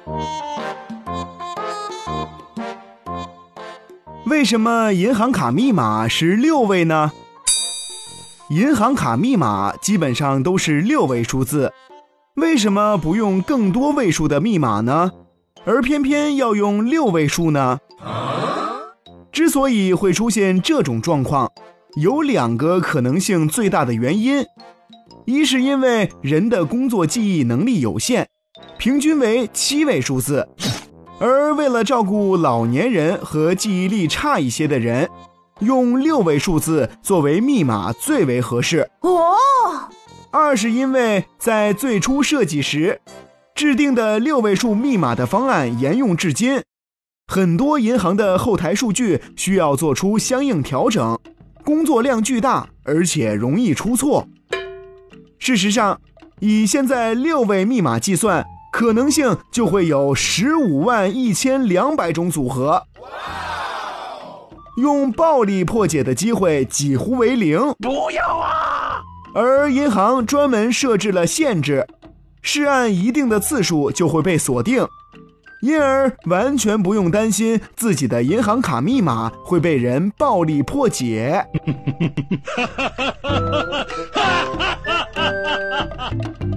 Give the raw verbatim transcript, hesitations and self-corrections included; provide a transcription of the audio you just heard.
为什么银行卡密码是六位呢？银行卡密码基本上都是六位数字，为什么不用更多位数的密码呢？而偏偏要用六位数呢？之所以会出现这种状况，有两个可能性最大的原因。一是因为人的工作记忆能力有限，平均为七位数字，而为了照顾老年人和记忆力差一些的人，用六位数字作为密码最为合适。 哦。 二是因为在最初设计时，制定的六位数密码的方案沿用至今，很多银行的后台数据需要做出相应调整，工作量巨大，而且容易出错。事实上，以现在六位密码计算，可能性就会有十五万一千两百种组合，用暴力破解的机会几乎为零。 不要啊！ 而银行专门设置了限制，试按一定的次数就会被锁定，因而完全不用担心自己的银行卡密码会被人暴力破解。